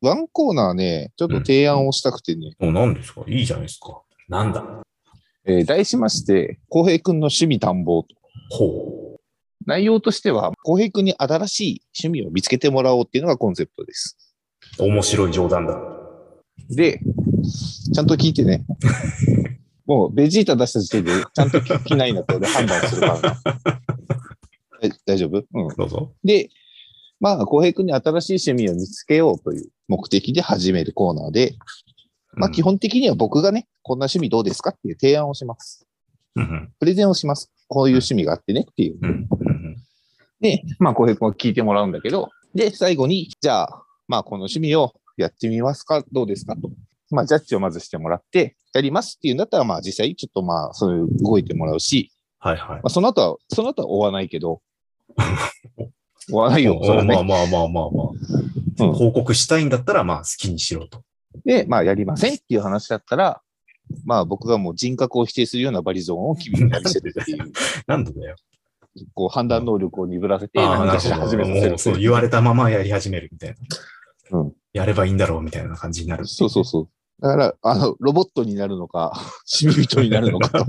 ワンコーナーね、ちょっと提案をしたくてね。 何ですか？いいじゃないですか。なんだ。 題しまして、浩平くんの趣味探訪と。 ほう。 内容としては、浩平くんに新しい趣味を見つけてもらおうっていうのがコンセプトです。 面白い冗談だ。 で、ちゃんと聞いてね。もう、ベジータ出した時点で、ちゃんと聞きないなって俺判断するからな。大丈夫？うん。 どうぞ。 で、まあ、浩平くんに新しい趣味を見つけようという目的で始めるコーナーで、まあ、基本的には僕がね、こんな趣味どうですかっていう提案をします。プレゼンをします。こういう趣味があってねっていう。で、まあ、浩平くんは聞いてもらうんだけど、で、最後に、じゃあ、まあ、この趣味をやってみますか？どうですかと。まあ、ジャッジをまずしてもらって、やりますっていうんだったら、まあ、実際ちょっとまあ、そういう動いてもらうし、 はいはい。 まあ、その後は追わないけど、追わないよ、それはね。 まあ。報告したいんだったら、まあ、好きにしろと。 で、まあ、やりませんっていう話だったら、まあ、僕がもう人格を否定するようなバリゾーンを君に見せるっていう。 なんでだよ。 こう、判断能力を鈍らせて、何かしら始めさせる。 もう、そう言われたままやり始めるみたいな。 うん。 やればいいんだろうみたいな感じになる。 そう。だから、ロボットになるのか、死に人になるのかと。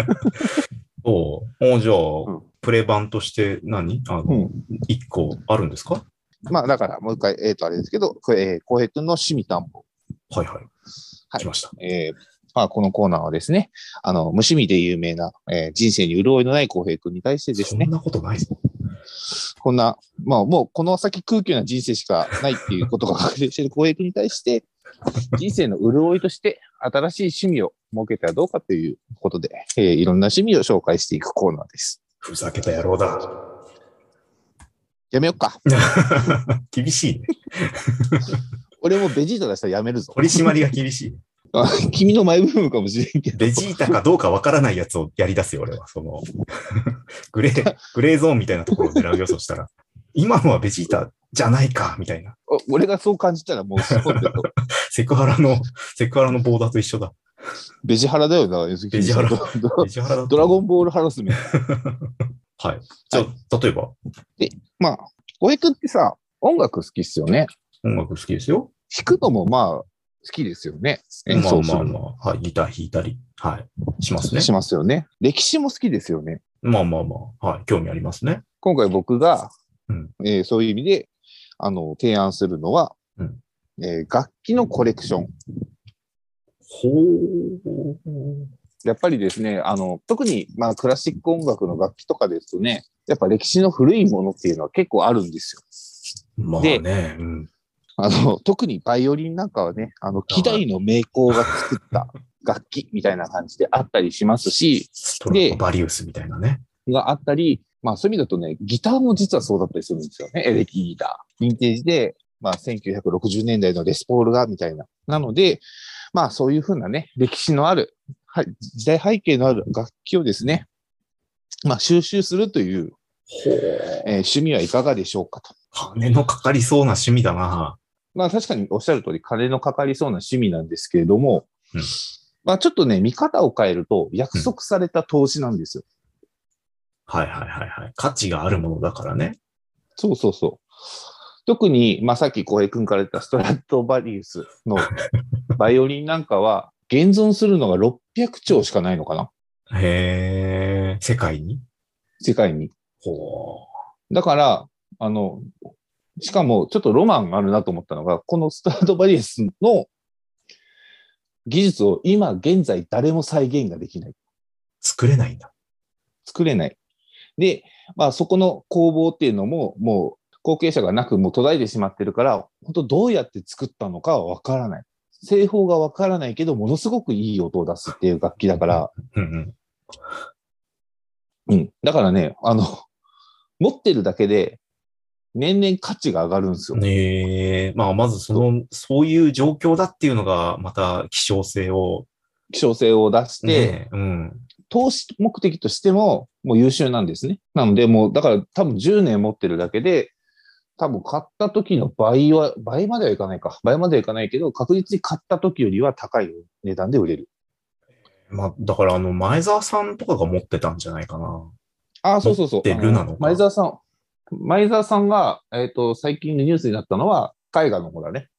じゃあ、プレ版として一個あるんですか？ まあ、だから、もう一回、あれですけど、浩平君の趣味探訪。 はい。来ました。 まあ、このコーナーはですね、無趣味で有名な、人生に潤いのない浩平君に対してですね。 そんなことないぞ。 こんな、まあ、もうこの先空虚な人生しかないっていうことが確定している浩平君に対して、人生の潤いとして新しい趣味を設けてはどうかということで、いろんな趣味を紹介していくコーナーです。 ふざけた野郎だ。 やめよっか。 厳しいね。 俺もベジータ出したらやめるぞ。 取り締まりが厳しい。 君のマイブームかもしれんけど。 ベジータかどうかわからないやつをやり出すよ、俺は。グレーゾーンみたいなところを狙うよ、そしたら。今のはベジータじゃないか、みたいな。 俺がそう感じたらもうそうだよ。 セクハラのボーダーと一緒だ。 ベジハラだよな、 ベジハラ。 ドラゴンボールハラスメント。はい。じゃあ、例えば。 で、まあ、小平君ってさ、音楽好きっすよね。 音楽好きですよ。 弾くのもまあ、好きですよね。演奏するの。はい。ギター弾いたり。はい。しますね。 しますよね。歴史も好きですよね。 はい。興味ありますね。 今回僕が、そういう意味で、提案するのは、楽器のコレクション。やっぱりですね、特に、まあ、クラシック音楽の楽器とかですとね、やっぱ歴史の古いものっていうのは結構あるんですよ。 まあね。 で、特にバイオリンなんかはね、希代の名工が作った楽器みたいな感じであったりしますし、 ストラトバリウスみたいなね。 があったり、まあそういう意味だとね、ギターも実はそうだったりするんですよね。エレキギター。ヴィンテージで、まあ1960年代のレスポールがみたいな。なので、まあそういうふうなね、歴史のある、時代背景のある楽器をですね、まあ収集するという、趣味はいかがでしょうかと。 金のかかりそうな趣味だな。 まあ確かにおっしゃる通り金のかかりそうな趣味なんですけれども、まあちょっとね、見方を変えると約束された投資なんですよ。 はい。価値があるものだからね。 そう。特に、まあさっき小平君から言ったストラトバリウスのバイオリンなんかは現存するのが600丁しかないのかな。 へー。世界に。 だから、しかもちょっとロマンがあるなと思ったのが、このストラトバリウスの技術を今現在誰も再現ができない。 作れないんだ。 作れない。で、まあそこの工房っていうのももう後継者がなくもう途絶えてしまってるから、本当どうやって作ったのかはわからない。製法がわからないけど、ものすごくいい音を出すっていう楽器だから、だからね、持ってるだけで年々価値が上がるんですよ。 まあまずそういう状況だっていうのがまた希少性を出して、投資目的としてももう優秀なんですね。なのでもうだから多分10年持ってるだけで、多分買った時の倍まではいかないか。倍まではいかないけど、確実に買った時よりは高い値段で売れる。 まあ、だから前澤さんとかが持ってたんじゃないかな。 そう。 持ってるなのか。 前澤さんが、最近のニュースになったのは、絵画の方だね。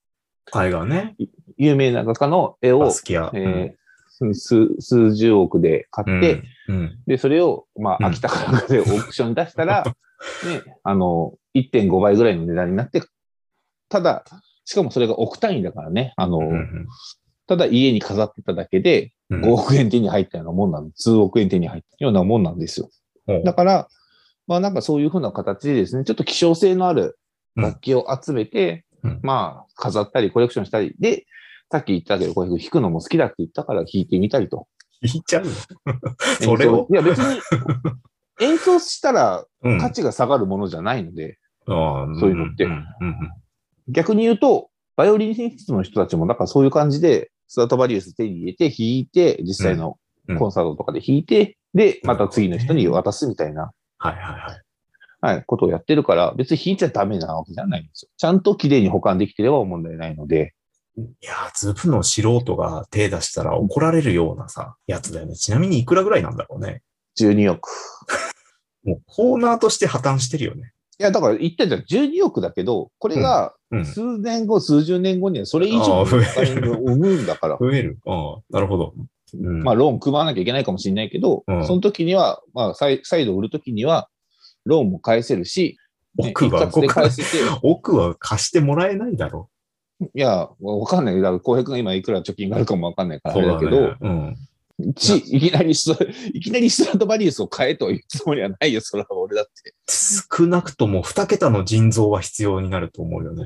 絵画ね。 有名な画家の絵をバス、キア。 数十億で買って、で、それを、秋田かなんかでオークションに出したら、ね、1.5 倍ぐらいの値段になって、ただ、しかもそれが億単位だからね、ただ家に飾ってただけで5億円手に入ったようなもんなんです。数億円手に入ったようなもんなんですよ。だから、なんかそういうふうな形でですね、ちょっと希少性のある楽器を集めて、飾ったりコレクションしたり、で、さっき言ったけど、こういう弾くのも好きだって言ったから弾いてみたりと。 弾いちゃうのそれをいや別に演奏したら価値が下がるものじゃないので、そういうのって。逆に言うと、バイオリン演出の人たちも、だからそういう感じで、ストラトバリウス手に入れて弾いて、実際のコンサートとかで弾いて、で、また次の人に渡すみたいな。はい、ことをやってるから、別に弾いちゃダメなわけじゃないんですよ。ちゃんと綺麗に保管できてれば問題ないので。 いやー、ズブの素人が手出したら怒られるようなさ、やつだよね。ちなみにいくらぐらいなんだろうね。 12億。 もうコーナーとして破綻してるよね。 いや、だから言ってんじゃん、12億だけど、これが数年後、数十年後にはそれ以上のお金を生むんだから。 増える。なるほど。 ローン組まなきゃいけないかもしれないけど、その時には、再度売る時には、ローンも返せるし、 奥は貸してもらえないだろう。いや、わかんない。だから、浩平君が今いくら貯金があるかもわかんないからあれだけど、いきなりストラトバリウスを買えというつもりはないよ、それは俺だって。 少なくとも2桁の腎臓は必要になると思うよね。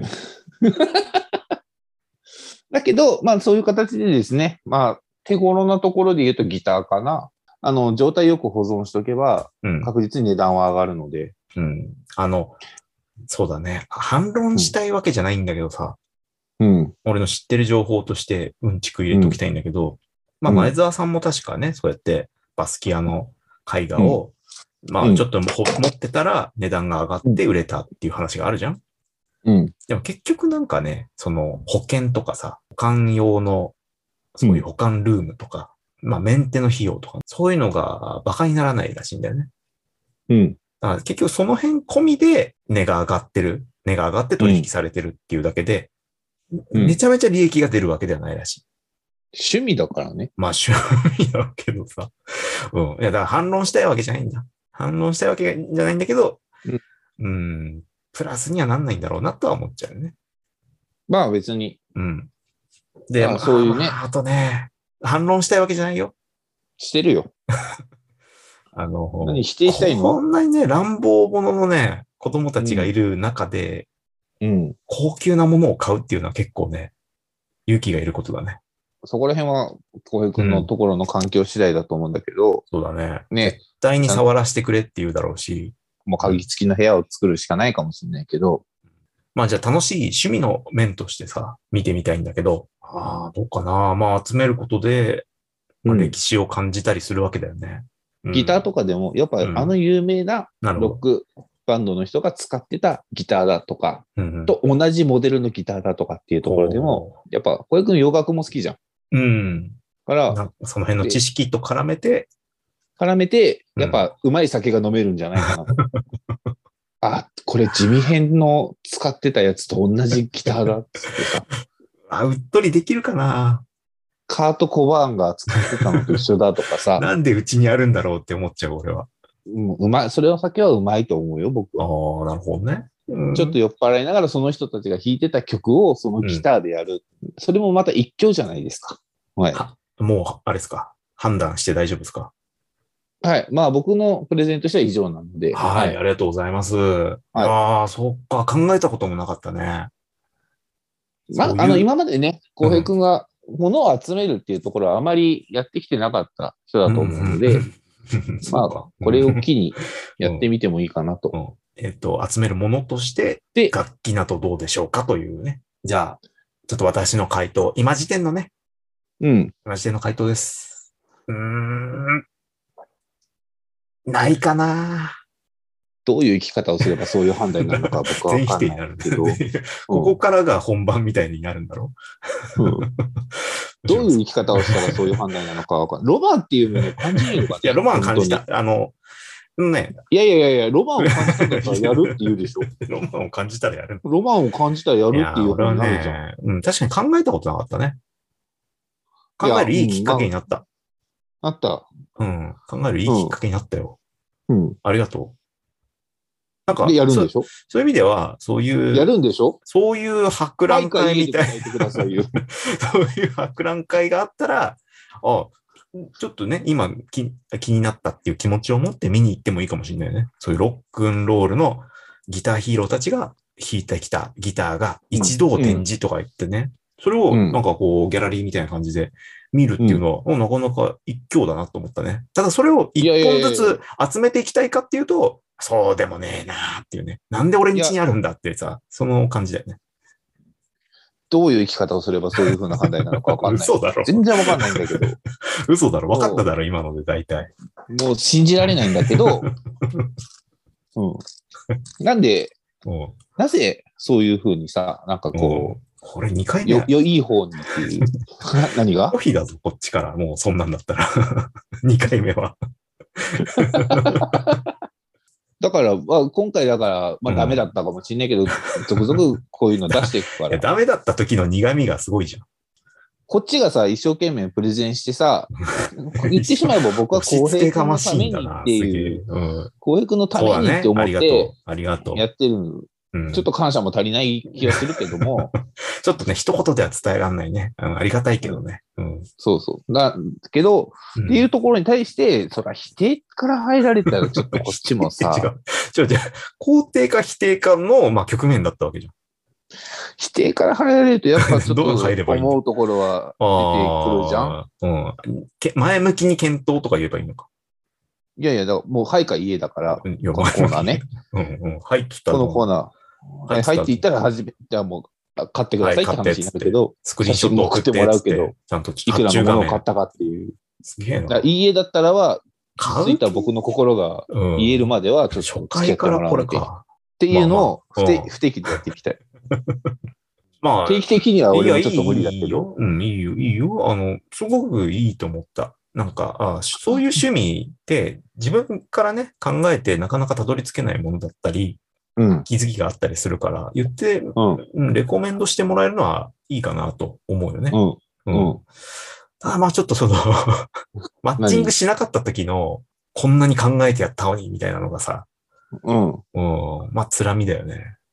だけど、そういう形でですね、手頃なところで言うとギターかな。状態よく保存しとけば、確実に値段は上がるので。 そうだね。反論したいわけじゃないんだけどさ。俺の知ってる情報として、うんちく入れておきたいんだけど、前澤さんも確かね、そうやってバスキアの絵画を、ちょっと持ってたら値段が上がって売れたっていう話があるじゃん。でも結局なんかね、その保険とかさ、保管用の、そういう保管ルームとか、メンテの費用とか、そういうのが馬鹿にならないらしいんだよね。だから結局その辺込みで値が上がって取引されてるっていうだけで、めちゃめちゃ利益が出るわけではないらしい。 趣味だからね。 趣味だけどさ。いや、だから反論したいわけじゃないんだ。反論したいわけじゃないんだけど、プラスにはなんないんだろうなとは思っちゃうよね。 別に。 で、 そういうね。 あとね、反論したいわけじゃないよ。 してるよ。何否定したいの？ こんなにね、乱暴者のね、子供たちがいる中で、高級なものを買うっていうのは結構ね、勇気がいることだね。 そこら辺は、浩平君のところの環境次第だと思うんだけど。 そうだね。絶対に触らせてくれって言うだろうし。 もう鍵付きの部屋を作るしかないかもしれないけど。 じゃあ楽しい趣味の面としてさ、見てみたいんだけど、どうかな。集めることで、歴史を感じたりするわけだよね。 ギターとかでも、やっぱ有名なロックバンドの人が使ってたギターだとか、と同じモデルのギターだとかっていうところでも、やっぱ、浩平君洋楽も好きじゃん。から、 その辺の知識と絡めて、 やっぱ、うまい酒が飲めるんじゃないかなと。これ地味編の使ってたやつと同じギターだっつってさ。 うっとりできるかな。 カート・コバーンが使ってたのと一緒だとかさ。 なんでうちにあるんだろうって思っちゃう、俺は。 うまい。それの酒はうまいと思うよ、僕は。 なるほどね。 ちょっと酔っ払いながらその人たちが弾いてた曲をそのギターでやる。それもまた一興じゃないですか。はい。 もう、あれですか。判断して大丈夫ですか？ はい。僕のプレゼントとしては以上なので。 はい。ありがとうございます。そっか。考えたこともなかったね。 今までね、浩平君が物を集めるっていうところはあまりやってきてなかった人だと思うので、これを機にやってみてもいいかなと。 集めるものとして、楽器などどうでしょうかというね。じゃあ、ちょっと私の回答、今時点のね。今時点の回答です。ないかな。 どういう生き方をすればそういう判断になるのか僕は分かんないけど。 ここからが本番みたいになるんだろう。 どういう生き方をしたらそういう判断なのか分かんない。ロマンっていうものを感じるのかね。 いや、ロマン感じた。 ね。 いや、ロマンを感じたんだったらやるって言うでしょ。 ロマンを感じたらやる。 ロマンを感じたらやるっていう風になるじゃん。 うん、確かに考えたことなかったね。考えるいいきっかけになった。 なった。 うん。考えるいいきっかけになったよ。 うん。 ありがとう。なんか、 で、やるんでしょ？ そういう意味では、そういう、 やるんでしょ？ そういう博覧会みたいな、そういう博覧会があったら、ちょっとね、今気になったっていう気持ちを持って見に行ってもいいかもしれないよね。そういうロックンロールのギターヒーローたちが弾いてきたギターが一同展示とか言ってね、それをなんかこうギャラリーみたいな感じで見るっていうのは、なかなか一興だなと思ったね。ただそれを一本ずつ集めていきたいかっていうと、そうでもねえなーっていうね。なんで俺ん家にあるんだってさ、その感じだよね。 どういう生き方をすればそういう風な判断なのか分かんない。 嘘だろ。 全然分かんないんだけど。 嘘だろ。分かっただろ、今ので大体。 もう信じられないんだけど、なんで、なぜそういう風にさ、なんかこう、 これ2回目いい方にっていう。何が？ コヒだぞ、こっちから。もうそんなんだったら。2回目は。 だから、今回だから、ダメだったかもしんないけど、続々こういうの出していくから。 ダメだった時の苦味がすごいじゃん。 こっちがさ、一生懸命プレゼンしてさ、言ってしまえば僕は浩平君のためにっていう、浩平君のためにって思って、やってる。ちょっと感謝も足りない気がするけども。 ちょっとね、一言では伝えらんないね。ありがたいけどね。 そうそう。だけど、っていうところに対して、そら否定から入られたらちょっとこっちもさ。 違う。肯定か否定かの、局面だったわけじゃん。 否定から入られると、やっぱちょっと思うところは出てくるじゃん。 前向きに検討とか言えばいいのか。 いや、だからもう、はいか家だから、このコーナーね。 はいって言ったら。 このコーナー。はいって言ったらじゃあもう、買ってくださいって話になるけど、 スクリーンショット送ってもらうけど、 ちゃんといくらのものを買ったかっていう。 すげえな。 いい家だったらは、ついた僕の心が言えるまでは、ちょっと付き合ってもらうっていうのを不定期でやっていきたい。定期的には俺はちょっと無理だけど。 いいよ。すごくいいと思った。なんか、そういう趣味って自分からね、考えてなかなかたどり着けないものだったり、気づきがあったりするから、言って、レコメンドしてもらえるのはいいかなと思うよね。ただちょっとマッチングしなかった時の、こんなに考えてやったのに、みたいなのがさ、つらみだよね。